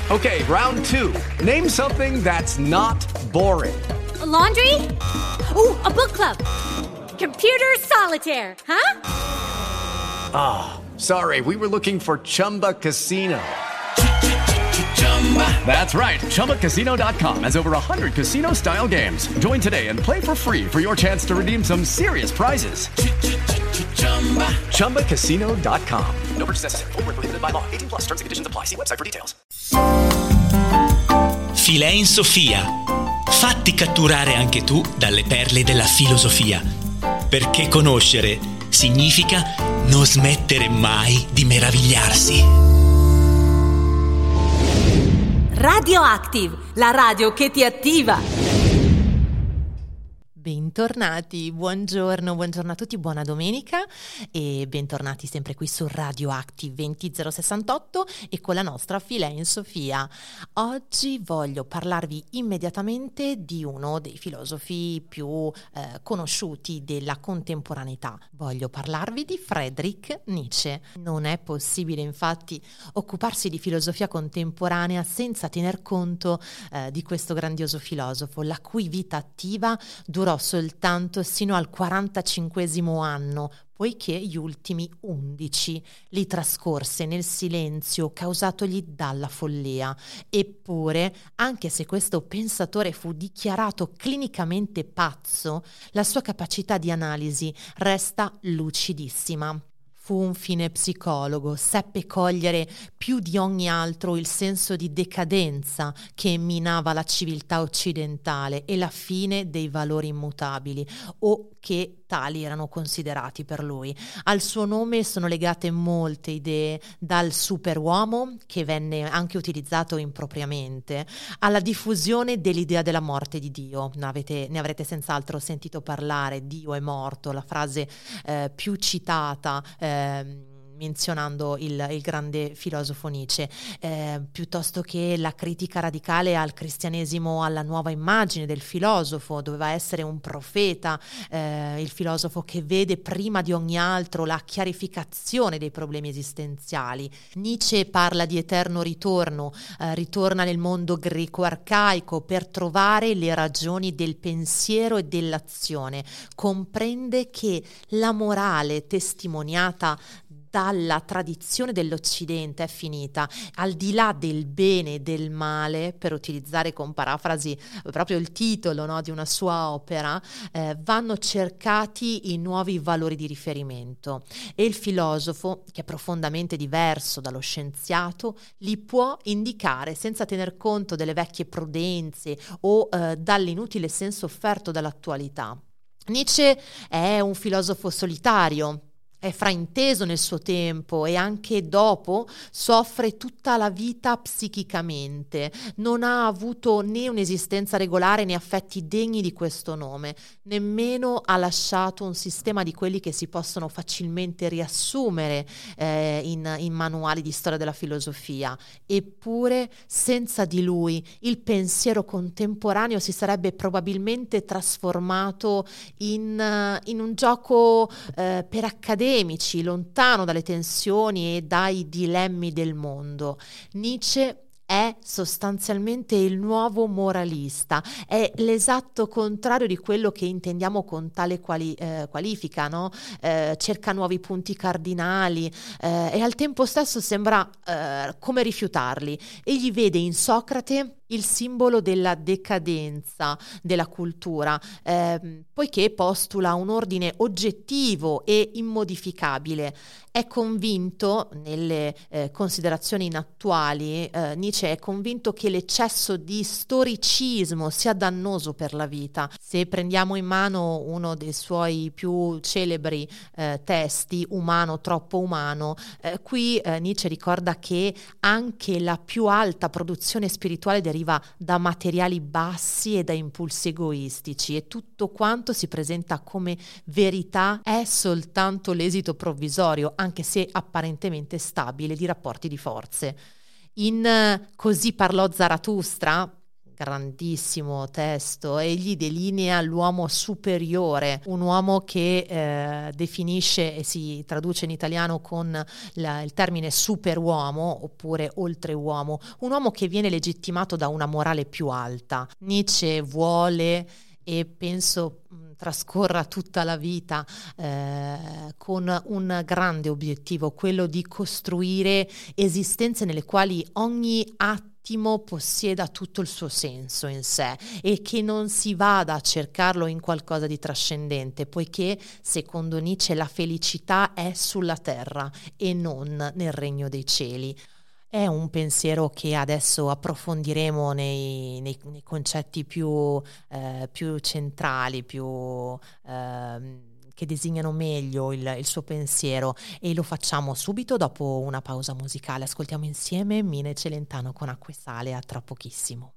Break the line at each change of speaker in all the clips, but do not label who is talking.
Okay, round two. Name something that's not boring.
A laundry? Ooh, a book club. Computer solitaire, huh?
Ah, sorry, we were looking for Chumba Casino. That's right, ChumbaCasino.com has over 100 casino-style games. Join today and play for free for your chance to redeem some serious prizes. ChumbaCasino.com. No purchase necessary. Void where prohibited by law. 18+ terms and conditions apply. See website for details.
Filè in Sofia. Fatti catturare anche tu dalle perle della filosofia. Perché conoscere significa non smettere mai di meravigliarsi.
Radioactive, la radio che ti attiva.
Bentornati, buongiorno a tutti, buona domenica e bentornati sempre qui su Radioactive 20068 e con la nostra Filè in Sofia. Oggi voglio parlarvi immediatamente di uno dei filosofi più conosciuti della contemporaneità. Voglio parlarvi di Friedrich Nietzsche. Non è possibile infatti occuparsi di filosofia contemporanea senza tener conto di questo grandioso filosofo, la cui vita attiva durò soltanto sino al 45° anno, poiché gli ultimi 11 li trascorse nel silenzio causatogli dalla follia. Eppure, anche se questo pensatore fu dichiarato clinicamente pazzo, la sua capacità di analisi resta lucidissima. Fu un fine psicologo, seppe cogliere più di ogni altro il senso di decadenza che minava la civiltà occidentale e la fine dei valori immutabili, o che tali erano considerati per lui. Al suo nome sono legate molte idee, dal superuomo, che venne anche utilizzato impropriamente, alla diffusione dell'idea della morte di Dio. Ne avrete senz'altro sentito parlare, Dio è morto, la frase più citata menzionando il grande filosofo Nietzsche, piuttosto che la critica radicale al cristianesimo, alla nuova immagine del filosofo. Doveva essere un profeta, il filosofo che vede prima di ogni altro la chiarificazione dei problemi esistenziali. Nietzsche parla di eterno ritorno, ritorna nel mondo greco arcaico per trovare le ragioni del pensiero e dell'azione. Comprende che la morale testimoniata dalla tradizione dell'Occidente è finita, al di là del bene e del male, per utilizzare con parafrasi proprio il titolo, no, di una sua opera, vanno cercati i nuovi valori di riferimento e il filosofo, che è profondamente diverso dallo scienziato, li può indicare senza tener conto delle vecchie prudenze o dall'inutile senso offerto dall'attualità. Nietzsche è un filosofo solitario, è frainteso nel suo tempo e anche dopo soffre tutta la vita psichicamente. Non ha avuto né un'esistenza regolare né affetti degni di questo nome, nemmeno ha lasciato un sistema di quelli che si possono facilmente riassumere in manuali di storia della filosofia. Eppure, senza di lui, il pensiero contemporaneo si sarebbe probabilmente trasformato in un gioco per accademici, lontano dalle tensioni e dai dilemmi del mondo. Nietzsche è sostanzialmente il nuovo moralista, è l'esatto contrario di quello che intendiamo con tale qualifica, no? Cerca nuovi punti cardinali e al tempo stesso sembra come rifiutarli. Egli vede in Socrate il simbolo della decadenza della cultura, poiché postula un ordine oggettivo e immodificabile. È convinto, nelle considerazioni attuali, Nietzsche è convinto che l'eccesso di storicismo sia dannoso per la vita. Se prendiamo in mano uno dei suoi più celebri testi, Umano, troppo umano, qui Nietzsche ricorda che anche la più alta produzione spirituale deriva da materiali bassi e da impulsi egoistici, e tutto quanto si presenta come verità è soltanto l'esito provvisorio, anche se apparentemente stabile, di rapporti di forze. In Così parlò Zarathustra, grandissimo testo, egli delinea l'uomo superiore, un uomo che definisce e si traduce in italiano con il termine superuomo oppure oltreuomo, un uomo che viene legittimato da una morale più alta. Nietzsche vuole, e penso trascorra tutta la vita con un grande obiettivo, quello di costruire esistenze nelle quali ogni attimo possieda tutto il suo senso in sé e che non si vada a cercarlo in qualcosa di trascendente, poiché secondo Nietzsche la felicità è sulla terra e non nel regno dei cieli. È un pensiero che adesso approfondiremo nei concetti più centrali, che designano meglio il suo pensiero, e lo facciamo subito dopo una pausa musicale. Ascoltiamo insieme Mina e Celentano con Acqua e Sale, a tra pochissimo.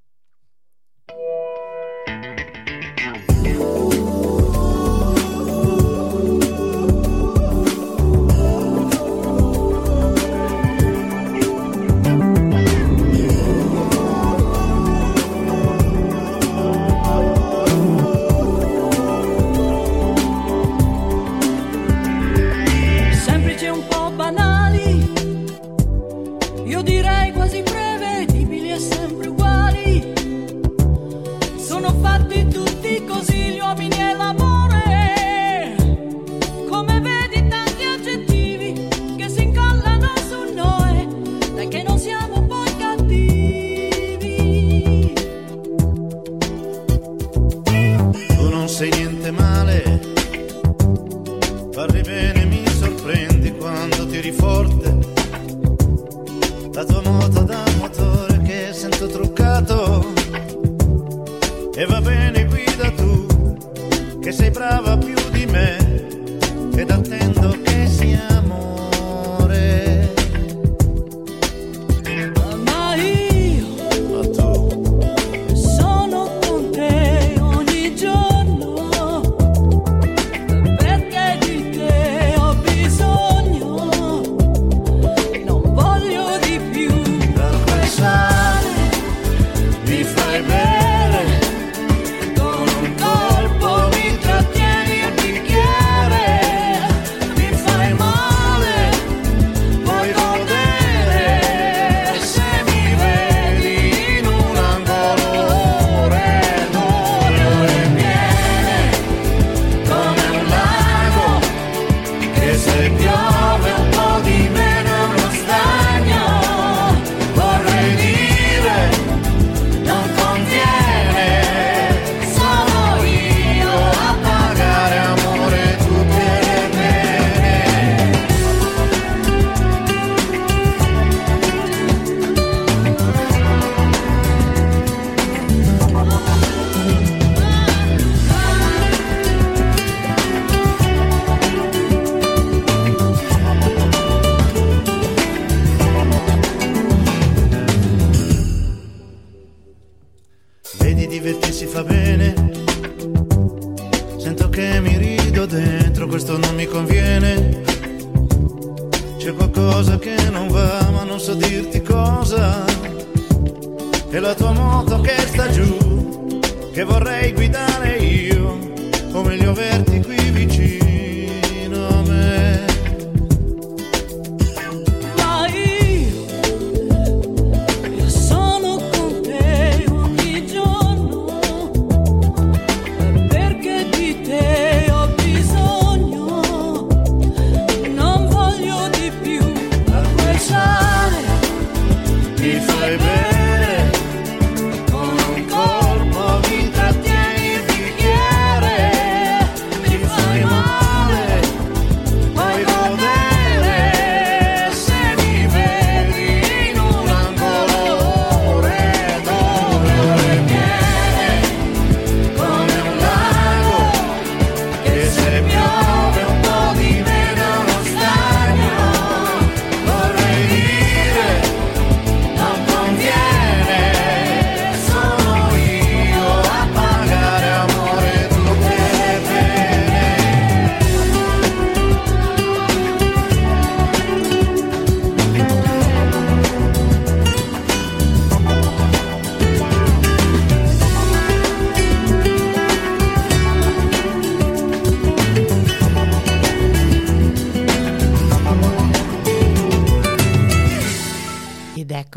Con un colpo mi trattieni il bicchiere.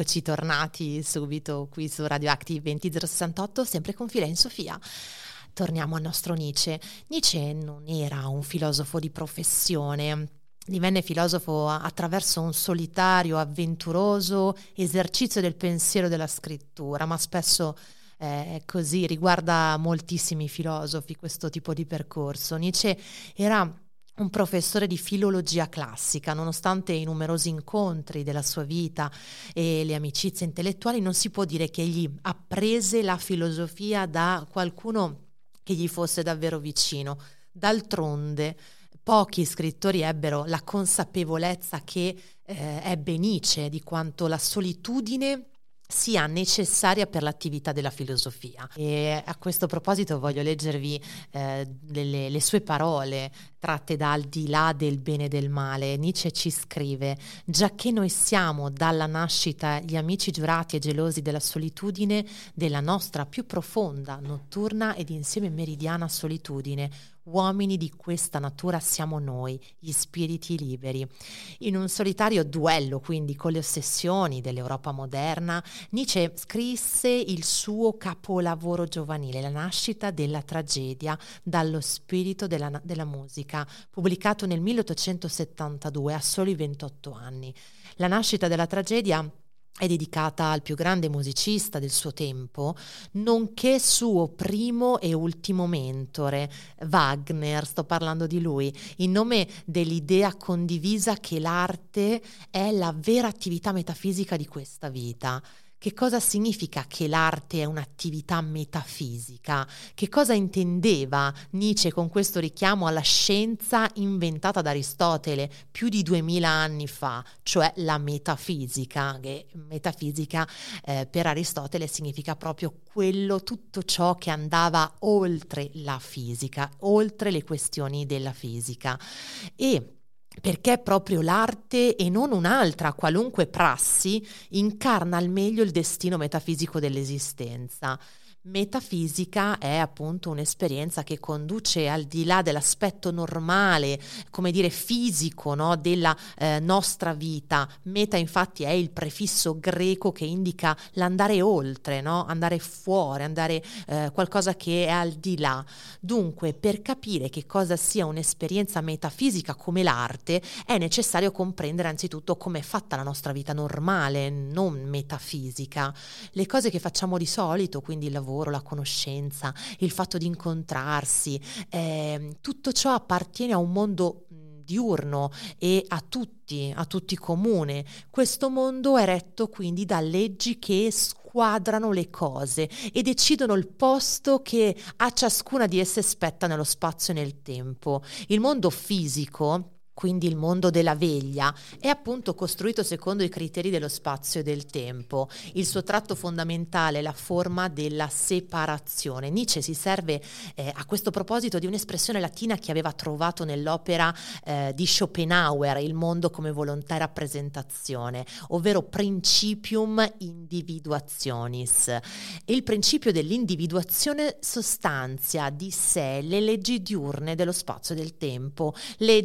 Eccoci tornati subito qui su Radioactive 20068, sempre con Fila in Sofia. Torniamo al nostro Nietzsche. Nietzsche non era un filosofo di professione, divenne filosofo attraverso un solitario, avventuroso esercizio del pensiero e della scrittura, ma spesso così riguarda moltissimi filosofi questo tipo di percorso. Nietzsche era un professore di filologia classica, nonostante i numerosi incontri della sua vita e le amicizie intellettuali, non si può dire che egli apprese la filosofia da qualcuno che gli fosse davvero vicino. D'altronde, pochi scrittori ebbero la consapevolezza che ebbe Nietzsche di quanto la solitudine sia necessaria per l'attività della filosofia. E a questo proposito voglio leggervi le sue parole tratte da Al di là del bene e del male. Nietzsche ci scrive: giacché noi siamo dalla nascita gli amici giurati e gelosi della solitudine, della nostra più profonda, notturna ed insieme meridiana solitudine, uomini di questa natura siamo noi, gli spiriti liberi. In un solitario duello quindi con le ossessioni dell'Europa moderna, Nietzsche scrisse il suo capolavoro giovanile, La nascita della tragedia dallo spirito della musica, pubblicato nel 1872 a soli 28 anni. La nascita della tragedia è dedicata al più grande musicista del suo tempo, nonché suo primo e ultimo mentore, Wagner. Sto parlando di lui, in nome dell'idea condivisa che l'arte è la vera attività metafisica di questa vita. Che cosa significa che l'arte è un'attività metafisica? Che cosa intendeva Nietzsche con questo richiamo alla scienza inventata da Aristotele più di 2000 anni fa, cioè la metafisica, che metafisica per Aristotele significa proprio tutto ciò che andava oltre la fisica, oltre le questioni della fisica. E perché proprio l'arte e non un'altra qualunque prassi incarna al meglio il destino metafisico dell'esistenza. Metafisica è appunto un'esperienza che conduce al di là dell'aspetto normale, come dire fisico, no, della nostra vita. Meta infatti è il prefisso greco che indica l'andare oltre, no? Andare fuori, andare qualcosa che è al di là. Dunque, per capire che cosa sia un'esperienza metafisica come l'arte, è necessario comprendere anzitutto come è fatta la nostra vita normale, non metafisica. Le cose che facciamo di solito, quindi il lavoro, la conoscenza, il fatto di incontrarsi, tutto ciò appartiene a un mondo diurno e a tutti comune. Questo mondo è retto quindi da leggi che squadrano le cose e decidono il posto che a ciascuna di esse spetta nello spazio e nel tempo. Il mondo fisico, quindi il mondo della veglia, è appunto costruito secondo i criteri dello spazio e del tempo. Il suo tratto fondamentale è la forma della separazione. Nietzsche si serve a questo proposito di un'espressione latina che aveva trovato nell'opera di Schopenhauer, Il mondo come volontà e rappresentazione, ovvero Principium individuationis. E il principio dell'individuazione sostanzia di sé le leggi diurne dello spazio e del tempo,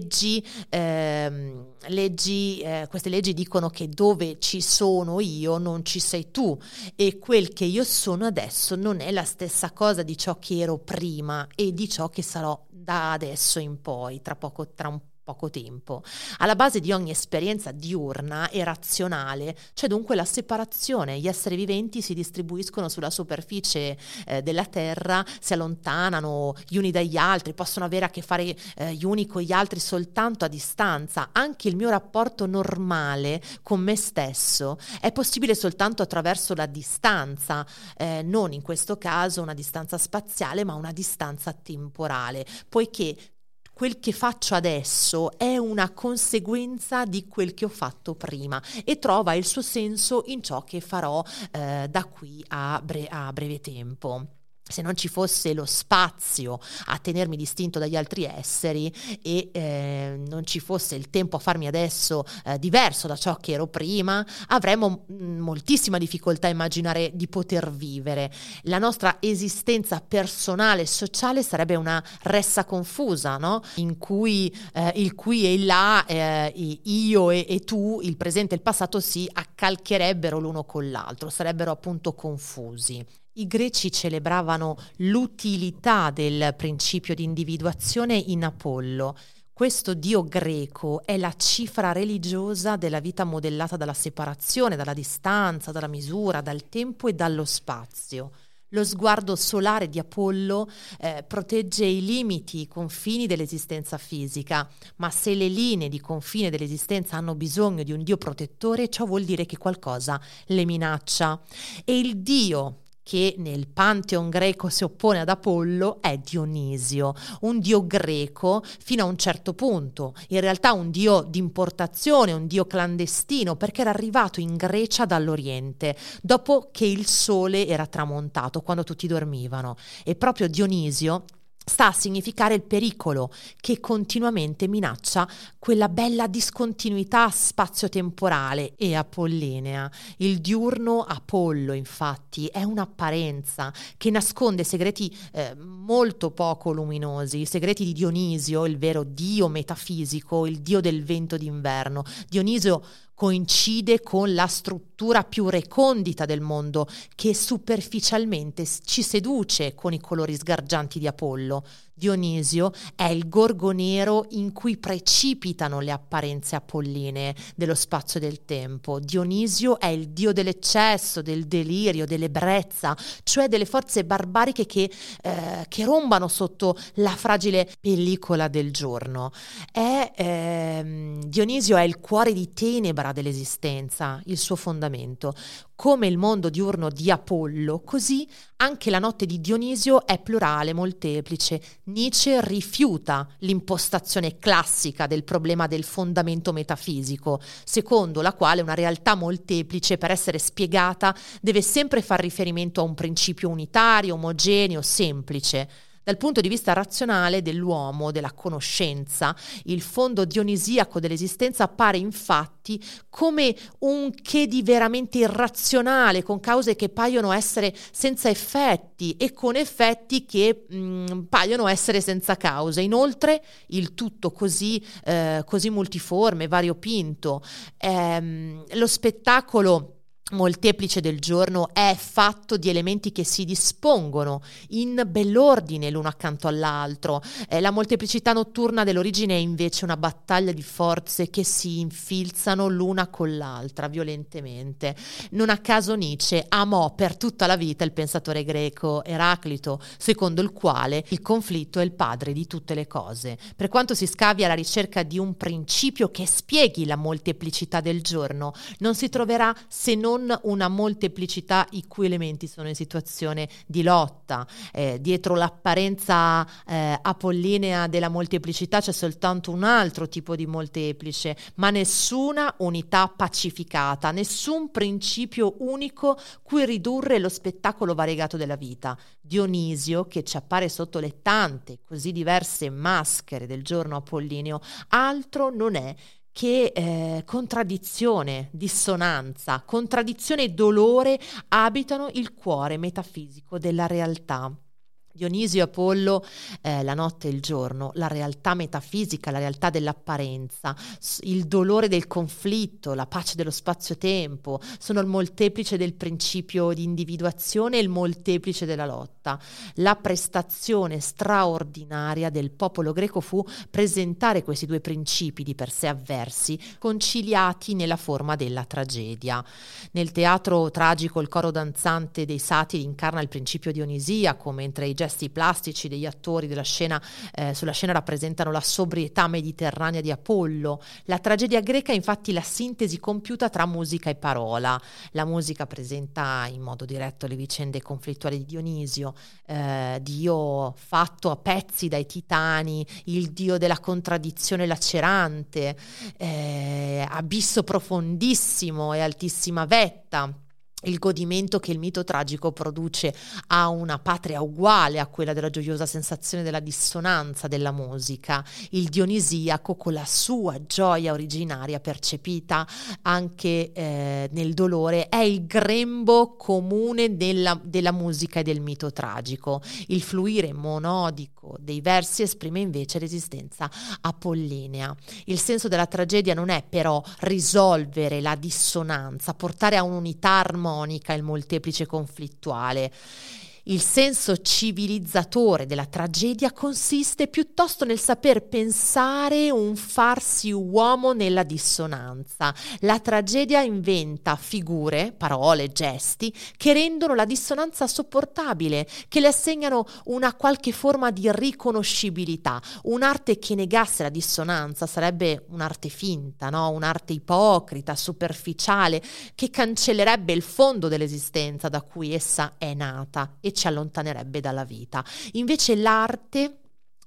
queste leggi dicono che dove ci sono io non ci sei tu, e quel che io sono adesso non è la stessa cosa di ciò che ero prima e di ciò che sarò da adesso in poi, tra un poco tempo. Alla base di ogni esperienza diurna e razionale c'è dunque la separazione. Gli esseri viventi si distribuiscono sulla superficie della Terra, si allontanano gli uni dagli altri, possono avere a che fare gli uni con gli altri soltanto a distanza. Anche il mio rapporto normale con me stesso è possibile soltanto attraverso la distanza, non in questo caso una distanza spaziale, ma una distanza temporale, poiché quel che faccio adesso è una conseguenza di quel che ho fatto prima e trova il suo senso in ciò che farò da qui a breve tempo. se non ci fosse lo spazio a tenermi distinto dagli altri esseri e non ci fosse il tempo a farmi adesso diverso da ciò che ero prima, avremmo moltissima difficoltà a immaginare di poter vivere. La nostra esistenza personale e sociale sarebbe una ressa confusa, no? In cui il qui e il là, io e tu, il presente e il passato si accalcherebbero l'uno con l'altro, sarebbero appunto confusi. I greci celebravano l'utilità del principio di individuazione in Apollo. Questo dio greco è la cifra religiosa della vita modellata dalla separazione, dalla distanza, dalla misura, dal tempo e dallo spazio. Lo sguardo solare di Apollo protegge i limiti, i confini dell'esistenza fisica, ma se le linee di confine dell'esistenza hanno bisogno di un dio protettore, ciò vuol dire che qualcosa le minaccia. E il dio che nel Pantheon greco si oppone ad Apollo è Dionisio, un dio greco fino a un certo punto, in realtà un dio d'importazione, un dio clandestino, perché era arrivato in Grecia dall'Oriente, dopo che il sole era tramontato, quando tutti dormivano. E proprio Dionisio sta a significare il pericolo che continuamente minaccia quella bella discontinuità spazio-temporale e apollinea. Il diurno Apollo, infatti, è un'apparenza che nasconde segreti molto poco luminosi, i segreti di Dionisio, il vero dio metafisico, il dio del vento d'inverno. Dionisio coincide con la struttura più recondita del mondo, che superficialmente ci seduce con i colori sgargianti di Apollo. Dionisio è il gorgo nero in cui precipitano le apparenze apollinee dello spazio e del tempo. Dionisio è il dio dell'eccesso, del delirio, dell'ebbrezza, cioè delle forze barbariche che rombano sotto la fragile pellicola del giorno. Dionisio è il cuore di tenebra dell'esistenza, il suo fondamento. Come il mondo diurno di Apollo, così anche la notte di Dionisio è plurale, molteplice. Nietzsche rifiuta l'impostazione classica del problema del fondamento metafisico, secondo la quale una realtà molteplice, per essere spiegata, deve sempre far riferimento a un principio unitario, omogeneo, semplice. Dal punto di vista razionale dell'uomo, della conoscenza, il fondo dionisiaco dell'esistenza appare infatti come un che di veramente irrazionale, con cause che paiono essere senza effetti e con effetti che paiono essere senza cause. Inoltre il tutto così multiforme, variopinto, lo spettacolo molteplice del giorno è fatto di elementi che si dispongono in bell'ordine l'uno accanto all'altro. La molteplicità notturna dell'origine è invece una battaglia di forze che si infilzano l'una con l'altra violentemente. Non a caso Nietzsche amò per tutta la vita il pensatore greco Eraclito, secondo il quale il conflitto è il padre di tutte le cose. Per quanto si scavi alla ricerca di un principio che spieghi la molteplicità del giorno, non si troverà se non una molteplicità i cui elementi sono in situazione di lotta. Dietro l'apparenza apollinea della molteplicità c'è soltanto un altro tipo di molteplice, ma nessuna unità pacificata, nessun principio unico cui ridurre lo spettacolo variegato della vita. Dionisio, che ci appare sotto le tante così diverse maschere del giorno apollineo, altro non è che contraddizione, dissonanza, contraddizione e dolore abitano il cuore metafisico della realtà. Dionisio e Apollo, la notte e il giorno, la realtà metafisica, la realtà dell'apparenza, il dolore del conflitto, la pace dello spazio-tempo, sono il molteplice del principio di individuazione e il molteplice della lotta. La prestazione straordinaria del popolo greco fu presentare questi due principi di per sé avversi, conciliati nella forma della tragedia. Nel teatro tragico il coro danzante dei satiri incarna il principio dionisiaco, mentre i gesti plastici degli attori della scena sulla scena rappresentano la sobrietà mediterranea di Apollo. La tragedia greca è infatti la sintesi compiuta tra musica e parola. La musica presenta in modo diretto le vicende conflittuali di Dionisio, dio fatto a pezzi dai titani, il dio della contraddizione lacerante, abisso profondissimo e altissima vetta. il godimento che il mito tragico produce a una patria uguale a quella della gioiosa sensazione della dissonanza della musica. Il dionisiaco, con la sua gioia originaria percepita anche nel dolore, è il grembo comune della musica e del mito tragico. Il fluire monodico dei versi esprime invece l'esistenza apollinea. Il senso della tragedia non è però risolvere la dissonanza, portare a un'unità armonica il molteplice conflittuale. Il senso civilizzatore della tragedia consiste piuttosto nel saper pensare un farsi uomo nella dissonanza. La tragedia inventa figure, parole, gesti che rendono la dissonanza sopportabile, che le assegnano una qualche forma di riconoscibilità. Un'arte che negasse la dissonanza sarebbe un'arte finta, no? Un'arte ipocrita, superficiale, che cancellerebbe il fondo dell'esistenza da cui essa è nata e ci allontanerebbe dalla vita. Invece l'arte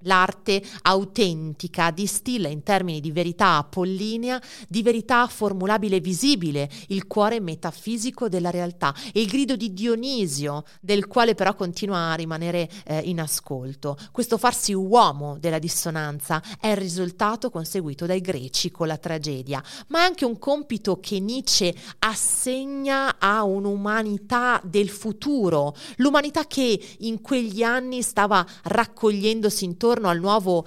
autentica distilla in termini di verità apollinea, di verità formulabile e visibile, il cuore metafisico della realtà, e il grido di Dionisio, del quale però continua a rimanere in ascolto. Questo farsi uomo della dissonanza è il risultato conseguito dai greci con la tragedia, ma è anche un compito che Nietzsche assegna a un'umanità del futuro, l'umanità che in quegli anni stava raccogliendosi intorno al nuovo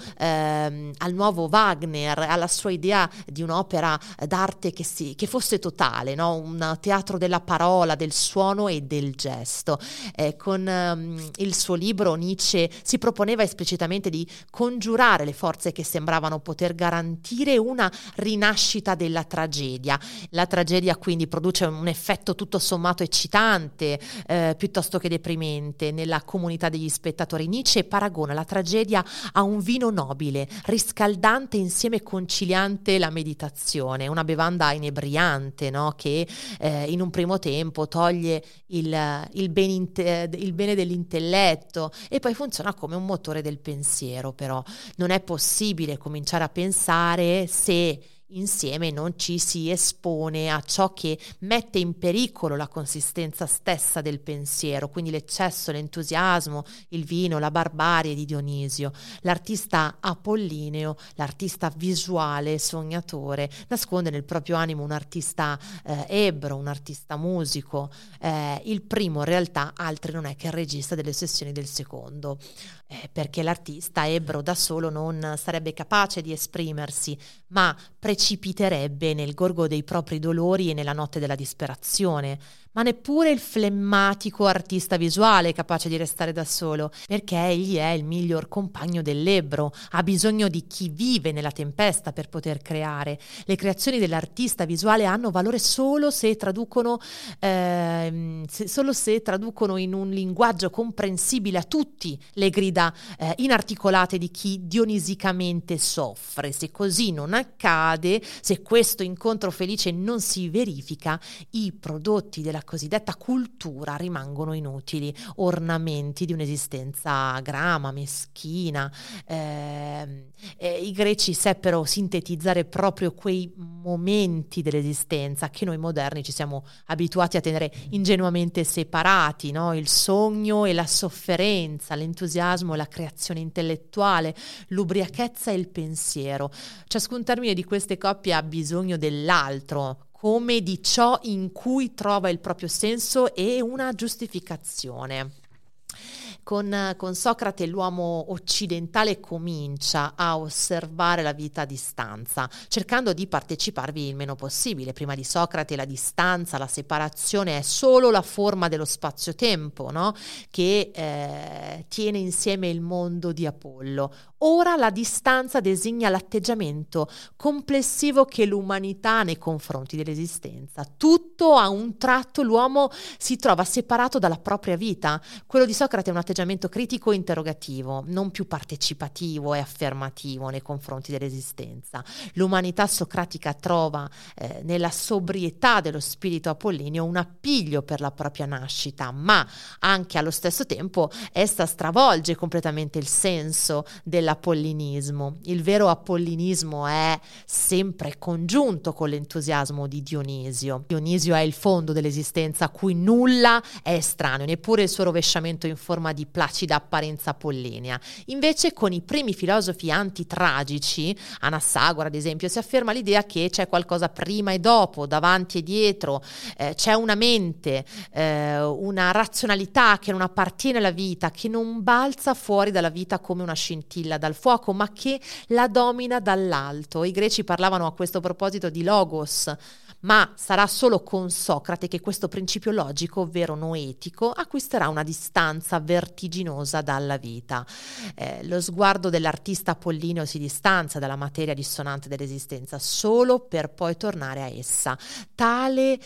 Wagner, alla sua idea di un'opera d'arte che fosse totale, no? Un teatro della parola, del suono e del gesto. Con il suo libro Nietzsche si proponeva esplicitamente di congiurare le forze che sembravano poter garantire una rinascita della tragedia. La tragedia quindi produce un effetto tutto sommato eccitante piuttosto che deprimente nella comunità degli spettatori. Nietzsche paragona la tragedia a un vino nobile, riscaldante insieme conciliante la meditazione, una bevanda inebriante, no? Che in un primo tempo toglie il bene dell'intelletto e poi funziona come un motore del pensiero. Però non è possibile cominciare a pensare se insieme non ci si espone a ciò che mette in pericolo la consistenza stessa del pensiero, quindi l'eccesso, l'entusiasmo, il vino, la barbarie di Dionisio. L'artista apollineo, l'artista visuale, sognatore, nasconde nel proprio animo un artista ebbro, un artista musico. Il primo in realtà altri non è che il regista delle sessioni del secondo, perché l'artista ebbro da solo non sarebbe capace di esprimersi, ma precipiterebbe nel gorgo dei propri dolori e nella notte della disperazione. Ma neppure il flemmatico artista visuale è capace di restare da solo, perché egli è il miglior compagno dell'ebbro, ha bisogno di chi vive nella tempesta per poter creare. Le creazioni dell'artista visuale hanno valore solo se traducono in un linguaggio comprensibile a tutti le grida inarticolate di chi dionisicamente soffre. Se così non accade, se questo incontro felice non si verifica, i prodotti della cosiddetta cultura rimangono inutili, ornamenti di un'esistenza grama, meschina. I greci seppero sintetizzare proprio quei momenti dell'esistenza che noi moderni ci siamo abituati a tenere ingenuamente separati, no? Il sogno e la sofferenza, l'entusiasmo e la creazione intellettuale, l'ubriachezza e il pensiero. Ciascun termine di queste coppie ha bisogno dell'altro, come di ciò in cui trova il proprio senso e una giustificazione. Con Socrate l'uomo occidentale comincia a osservare la vita a distanza, cercando di parteciparvi il meno possibile. Prima di Socrate la distanza, la separazione è solo la forma dello spazio-tempo, no? Che tiene insieme il mondo di Apollo. Ora la distanza designa l'atteggiamento complessivo che l'umanità ha nei confronti dell'esistenza. Tutto a un tratto l'uomo si trova separato dalla propria vita. Quello di Socrate è un atteggiamento critico e interrogativo, non più partecipativo e affermativo nei confronti dell'esistenza. L'umanità socratica trova nella sobrietà dello spirito apollineo un appiglio per la propria nascita, ma anche allo stesso tempo essa stravolge completamente il senso della l'apollinismo. Il vero apollinismo è sempre congiunto con l'entusiasmo di Dionisio. Dionisio è il fondo dell'esistenza a cui nulla è estraneo, neppure il suo rovesciamento in forma di placida apparenza apollinea. Invece con i primi filosofi antitragici, Anassagora ad esempio, si afferma l'idea che c'è qualcosa prima e dopo, davanti e dietro, c'è una mente, una razionalità che non appartiene alla vita, che non balza fuori dalla vita come una scintilla dal fuoco, ma che la domina dall'alto. I greci parlavano a questo proposito di logos, ma sarà solo con Socrate che questo principio logico, ovvero noetico, acquisterà una distanza vertiginosa dalla vita. Lo sguardo dell'artista apollineo si distanzia dalla materia dissonante dell'esistenza solo per poi tornare a essa. Tale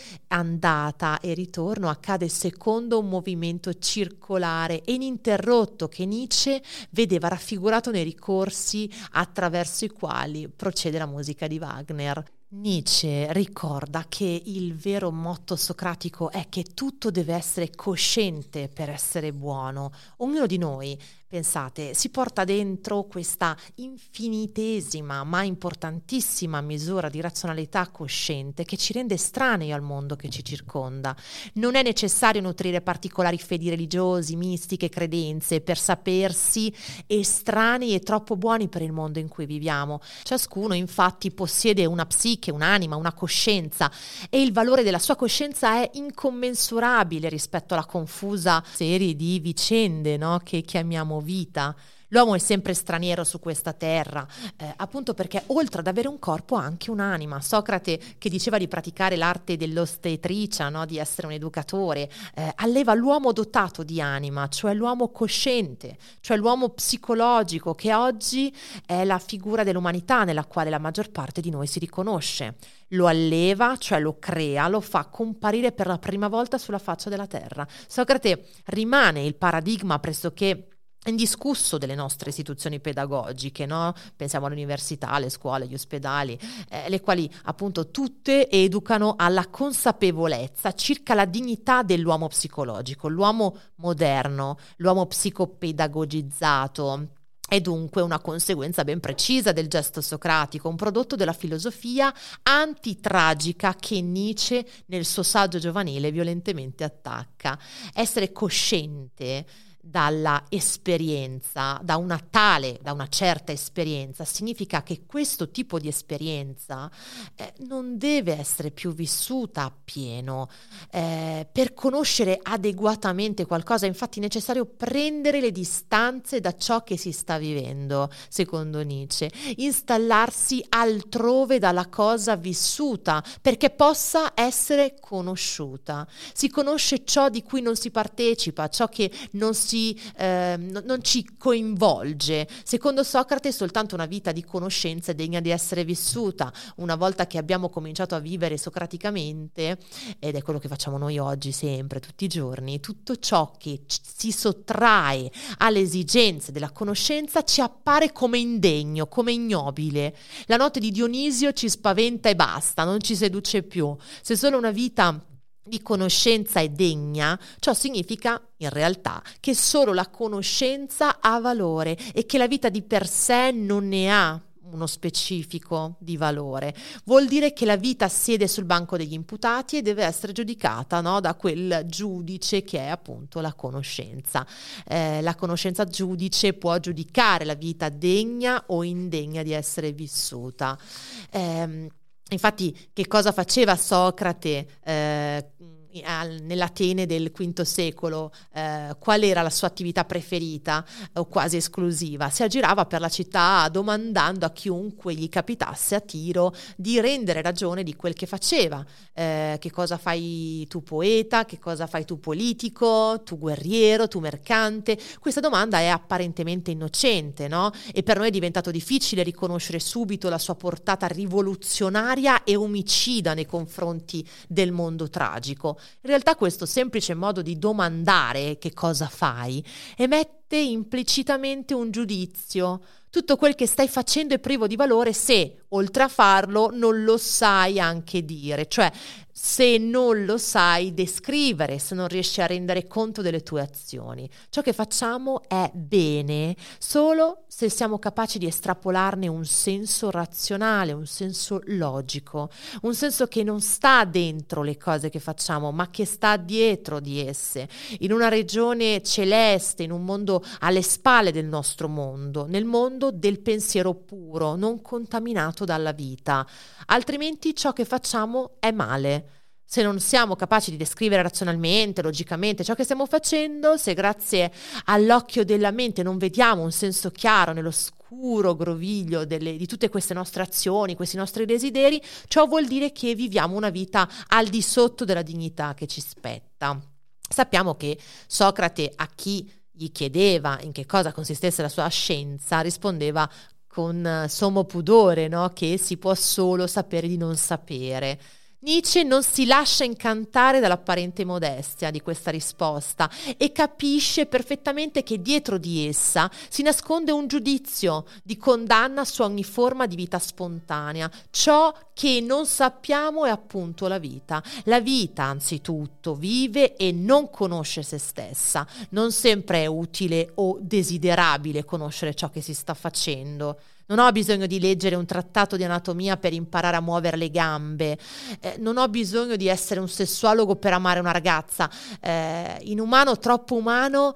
andata e ritorno accade secondo un movimento circolare e ininterrotto che Nietzsche vedeva raffigurato nei ricorsi attraverso i quali procede la musica di Wagner. Nietzsche ricorda che il vero motto socratico è che tutto deve essere cosciente per essere buono. Ognuno di noi, pensate, si porta dentro questa infinitesima ma importantissima misura di razionalità cosciente che ci rende estranei al mondo che ci circonda. Non è necessario nutrire particolari fedi religiosi, mistiche, credenze per sapersi estranei e troppo buoni per il mondo in cui viviamo. Ciascuno infatti possiede una psiche, un'anima, una coscienza, e il valore della sua coscienza è incommensurabile rispetto alla confusa serie di vicende, no, che chiamiamo vita. L'uomo è sempre straniero su questa terra, appunto perché oltre ad avere un corpo ha anche un'anima. Socrate, che diceva di praticare l'arte dell'ostetricia, no? Di essere un educatore, alleva l'uomo dotato di anima, cioè l'uomo cosciente, cioè l'uomo psicologico, che oggi è la figura dell'umanità nella quale la maggior parte di noi si riconosce. Lo alleva, cioè lo crea, lo fa comparire per la prima volta sulla faccia della terra. Socrate rimane il paradigma pressoché indiscusso delle nostre istituzioni pedagogiche, no? Pensiamo all'università, alle scuole, agli ospedali, le quali appunto tutte educano alla consapevolezza circa la dignità dell'uomo psicologico, l'uomo moderno, l'uomo psicopedagogizzato. È dunque una conseguenza ben precisa del gesto socratico, un prodotto della filosofia antitragica che Nietzsche nel suo saggio giovanile violentemente attacca. Essere cosciente dalla esperienza, da una certa esperienza, significa che questo tipo di esperienza non deve essere più vissuta appieno. Per conoscere adeguatamente qualcosa è infatti necessario prendere le distanze da ciò che si sta vivendo, secondo Nietzsche, installarsi altrove dalla cosa vissuta perché possa essere conosciuta. Si conosce ciò di cui non si partecipa, ciò che non ci coinvolge. Secondo Socrate soltanto una vita di conoscenza è degna di essere vissuta. Una volta che abbiamo cominciato a vivere socraticamente, ed è quello che facciamo noi oggi sempre, tutti i giorni, tutto ciò che si sottrae alle esigenze della conoscenza ci appare come indegno, come ignobile. La notte di Dionisio ci spaventa e basta, non ci seduce più. Se solo una vita di conoscenza è degna, ciò significa in realtà che solo la conoscenza ha valore e che la vita di per sé non ne ha uno specifico di valore. Vuol dire che la vita siede sul banco degli imputati e deve essere giudicata, no, da quel giudice che è appunto la conoscenza. La conoscenza giudice può giudicare la vita degna o indegna di essere vissuta. Infatti, che cosa faceva Socrate nell'Atene del V secolo? Qual era la sua attività preferita o quasi esclusiva? Si aggirava per la città domandando a chiunque gli capitasse a tiro di rendere ragione di quel che faceva. Che cosa fai tu poeta? Che cosa fai tu politico? Tu guerriero? Tu mercante? Questa domanda è apparentemente innocente, no? E per noi è diventato difficile riconoscere subito la sua portata rivoluzionaria e omicida nei confronti del mondo tragico. In realtà questo semplice modo di domandare che cosa fai emette mette implicitamente un giudizio. Tutto quel che stai facendo è privo di valore se, oltre a farlo, non lo sai anche dire, cioè se non lo sai descrivere, se non riesci a rendere conto delle tue azioni. Ciò che facciamo è bene solo se siamo capaci di estrapolarne un senso razionale, un senso logico, un senso che non sta dentro le cose che facciamo, ma che sta dietro di esse, in una regione celeste, in un mondo alle spalle del nostro mondo, nel mondo del pensiero puro, non contaminato dalla vita. Altrimenti ciò che facciamo è male. Se non siamo capaci di descrivere razionalmente, logicamente ciò che stiamo facendo, se grazie all'occhio della mente non vediamo un senso chiaro nell'oscuro groviglio di tutte queste nostre azioni, questi nostri desideri, ciò vuol dire che viviamo una vita al di sotto della dignità che ci spetta. Sappiamo che Socrate, a chi gli chiedeva in che cosa consistesse la sua scienza, rispondeva con sommo pudore, no? Che si può solo sapere di non sapere. Nietzsche non si lascia incantare dall'apparente modestia di questa risposta e capisce perfettamente che dietro di essa si nasconde un giudizio di condanna su ogni forma di vita spontanea. Ciò che non sappiamo è appunto la vita. La vita, anzitutto, vive e non conosce se stessa. Non sempre è utile o desiderabile conoscere ciò che si sta facendo. Non ho bisogno di leggere un trattato di anatomia per imparare a muovere le gambe, non ho bisogno di essere un sessuologo per amare una ragazza. In Umano, troppo umano,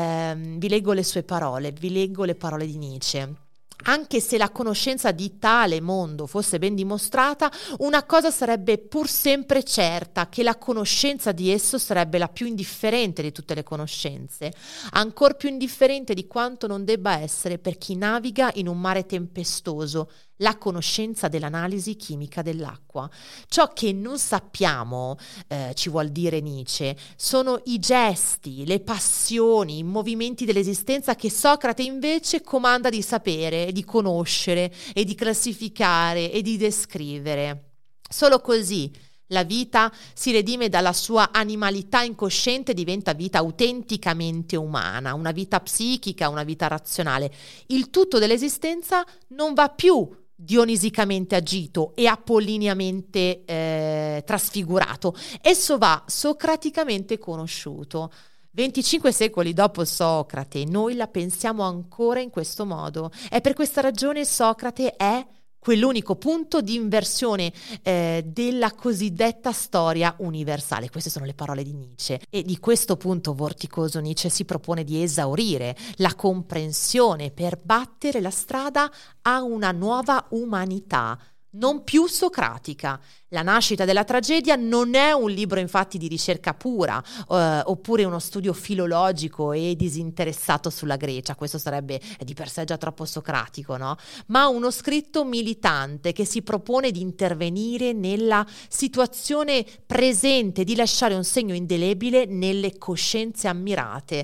vi leggo le sue parole, vi leggo le parole di Nietzsche. Anche se la conoscenza di tale mondo fosse ben dimostrata, una cosa sarebbe pur sempre certa, che la conoscenza di esso sarebbe la più indifferente di tutte le conoscenze, ancor più indifferente di quanto non debba essere per chi naviga in un mare tempestoso, la conoscenza dell'analisi chimica dell'acqua. Ciò che non sappiamo, ci vuol dire Nietzsche, sono i gesti, le passioni, i movimenti dell'esistenza che Socrate invece comanda di sapere, di conoscere e di classificare e di descrivere. Solo così la vita si redime dalla sua animalità incosciente e diventa vita autenticamente umana, una vita psichica, una vita razionale. Il tutto dell'esistenza non va più dionisicamente agito e apolliniamente trasfigurato. Esso va socraticamente conosciuto. 25 secoli dopo Socrate, noi la pensiamo ancora in questo modo. E per questa ragione Socrate è quell'unico punto di inversione della cosiddetta storia universale. Queste sono le parole di Nietzsche, e di questo punto vorticoso Nietzsche si propone di esaurire la comprensione per battere la strada a una nuova umanità, non più socratica. La nascita della tragedia non è un libro infatti di ricerca pura oppure uno studio filologico e disinteressato sulla Grecia, questo sarebbe di per sé già troppo socratico, no? Ma uno scritto militante che si propone di intervenire nella situazione presente, di lasciare un segno indelebile nelle coscienze ammirate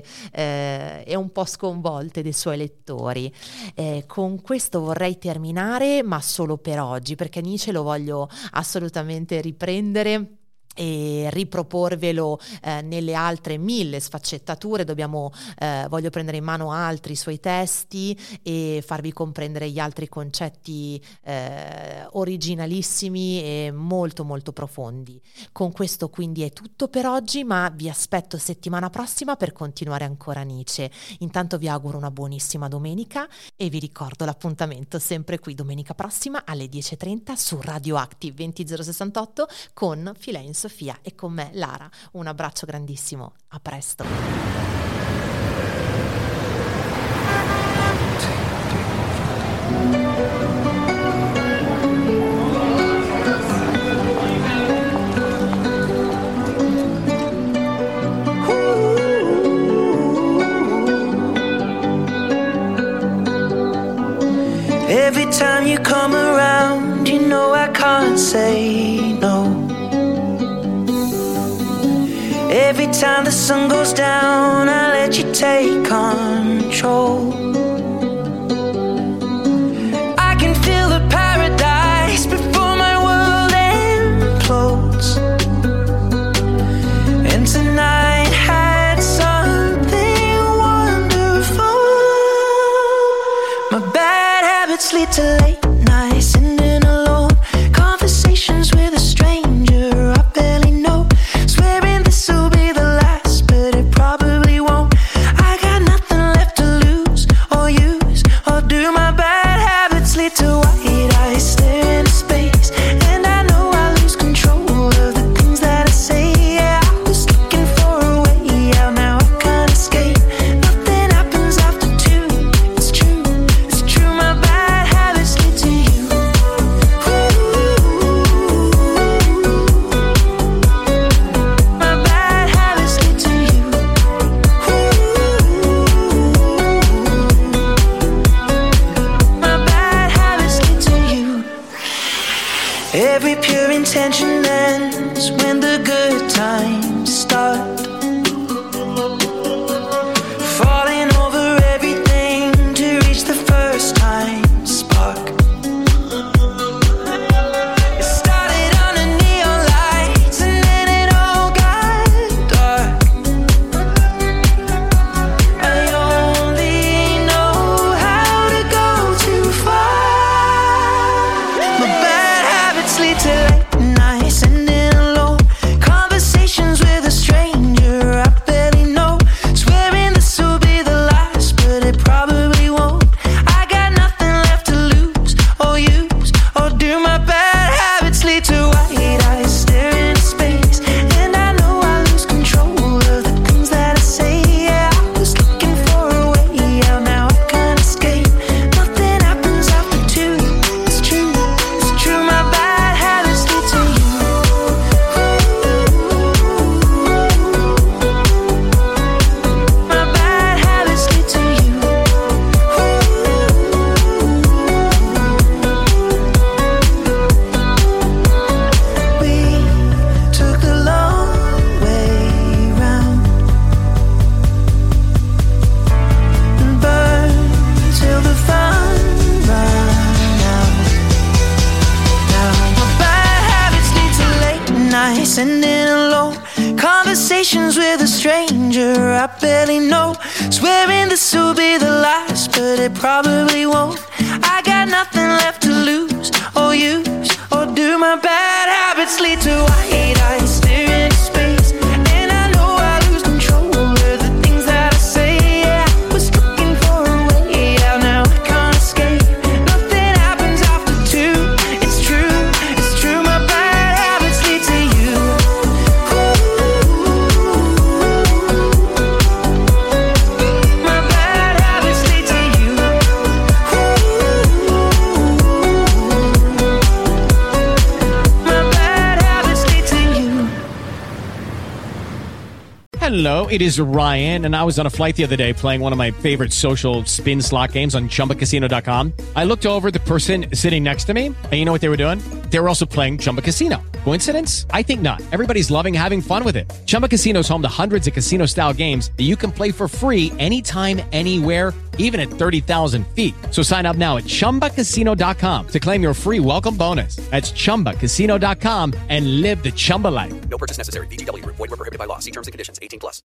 e un po' sconvolte dei suoi lettori. Con questo vorrei terminare, ma solo per oggi, perché Nietzsche lo voglio assolutamente riprendere e riproporvelo nelle altre 1000 sfaccettature. Voglio prendere in mano altri suoi testi e farvi comprendere gli altri concetti originalissimi e molto molto profondi. Con questo quindi è tutto per oggi, ma vi aspetto settimana prossima per continuare ancora Nietzsche. Intanto vi auguro una buonissima domenica e vi ricordo l'appuntamento sempre qui domenica prossima alle 10:30 su Radioactive 20068 con Philae Sofia e con me Lara. Un abbraccio grandissimo, a presto.
Every time you come around, you know I can't say no. Every time the sun goes down, I let you take control. I can feel the paradise before my world implodes. And tonight had something wonderful. danger I barely know. Swearing this will be the last, but it probably won't. I got nothing left to lose or use, or do my bad habits lead to white eyes staring into space? And I know I lose control of the things that I say. Yeah, I was looking for a way out, now I can't escape. Nothing happens after two. It's true, my bad habits lead to you. My bad habits lead to you. My bad habits lead to you.
Hello, it is Ryan, and I was on a flight the other day playing one of my favorite social spin slot games on ChumbaCasino.com. I looked over at the person sitting next to me, and you know what they were doing? They were also playing Chumba Casino. Coincidence? I think not. Everybody's loving having fun with it. Chumba Casino is home to hundreds of casino-style games that you can play for free anytime, anywhere, even at 30,000 feet. So sign up now at ChumbaCasino.com to claim your free welcome bonus. That's ChumbaCasino.com and live the Chumba life.
No purchase necessary. VGW Group. Void where prohibited by law. See terms and conditions. 18+.